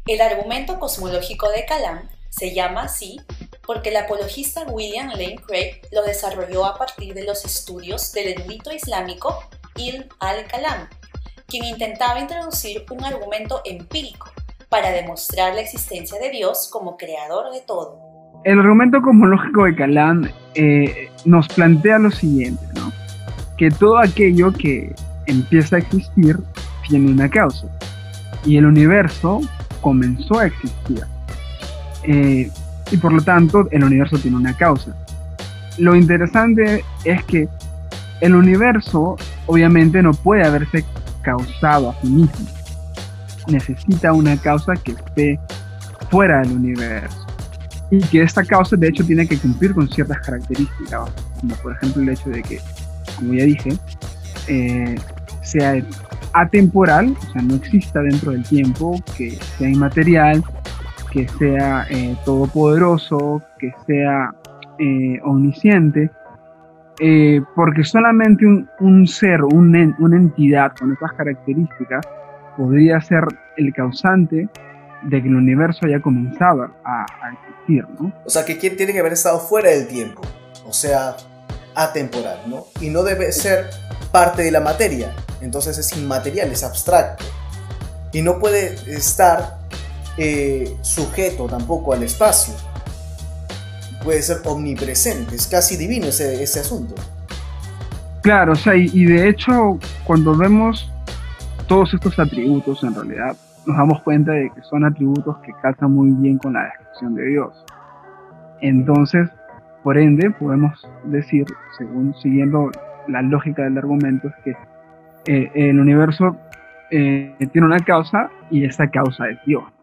El argumento cosmológico de Kalam se llama así porque el apologista William Lane Craig lo desarrolló a partir de los estudios del erudito islámico Ibn al-Kalam, quien intentaba introducir un argumento empírico para demostrar la existencia de Dios como creador de todo. El argumento cosmológico de Kalam nos plantea lo siguiente, ¿no? Que todo aquello que empieza a existir tiene una causa, y el universo comenzó a existir, y por lo tanto el universo tiene una causa. Lo interesante es que el universo obviamente no puede haberse causado a sí mismo, necesita una causa que esté fuera del universo, y que esta causa de hecho tiene que cumplir con ciertas características, como por ejemplo el hecho de que, como ya dije, sea atemporal, o sea, no exista dentro del tiempo, que sea inmaterial, que sea todopoderoso, que sea omnisciente, porque solamente un ser, una entidad con esas características podría ser el causante de que el universo haya comenzado a existir, ¿no? O sea, que tiene que haber estado fuera del tiempo, o sea, atemporal, ¿no? Y no debe ser parte de la materia, entonces es inmaterial, es abstracto, y no puede estar sujeto tampoco al espacio, puede ser omnipresente, es casi divino ese asunto. Claro, o sea, y de hecho, cuando vemos todos estos atributos, en realidad nos damos cuenta de que son atributos que calzan muy bien con la descripción de Dios. Entonces, por ende, podemos decir, siguiendo la lógica del argumento, es que el universo tiene una causa, y esa causa es Dios.